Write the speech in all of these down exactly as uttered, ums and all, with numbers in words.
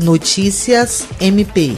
Notícias M P.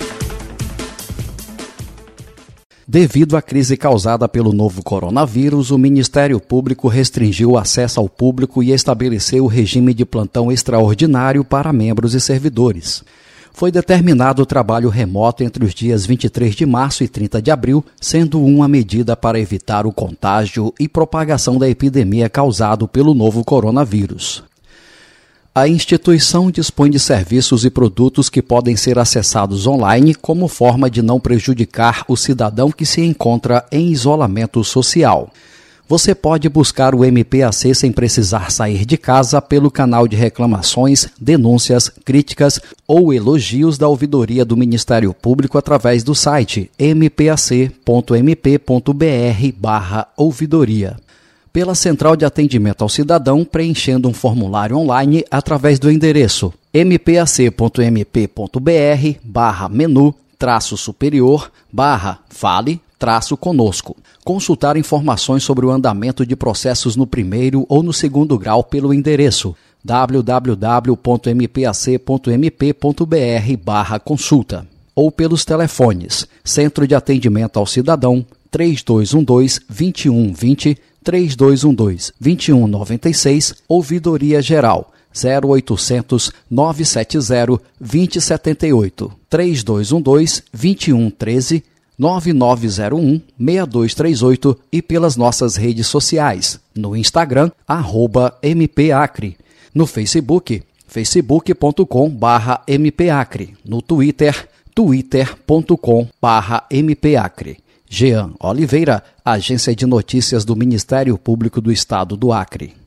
Devido à crise causada pelo novo coronavírus, o Ministério Público restringiu o acesso ao público e estabeleceu o regime de plantão extraordinário para membros e servidores. Foi determinado o trabalho remoto entre os dias vinte e três de março e trinta de abril, sendo uma medida para evitar o contágio e propagação da epidemia causado pelo novo coronavírus. A instituição dispõe de serviços e produtos que podem ser acessados online como forma de não prejudicar o cidadão que se encontra em isolamento social. Você pode buscar o M P A C sem precisar sair de casa pelo canal de reclamações, denúncias, críticas ou elogios da ouvidoria do Ministério Público através do site m p a c ponto m p ponto b r barra ouvidoria. Pela Central de Atendimento ao Cidadão, preenchendo um formulário online através do endereço m p a c ponto m p ponto b r barra menu traço superior barra fale traço conosco. Consultar informações sobre o andamento de processos no primeiro ou no segundo grau pelo endereço w w w ponto m p a c ponto m p ponto b r barra consulta ou pelos telefones Centro de Atendimento ao Cidadão três dois um dois, dois um dois zero, três dois um dois, dois um nove seis, Ouvidoria Geral zero oitocentos, nove sete zero, dois zero sete oito, três dois um dois, dois um um três, nove nove zero um, seis dois três oito e pelas nossas redes sociais, no Instagram, arroba mpacre, no Facebook, facebook ponto com barra mpacre, no Twitter, twitter ponto com barra mpacre. Jean Oliveira, Agência de Notícias do Ministério Público do Estado do Acre.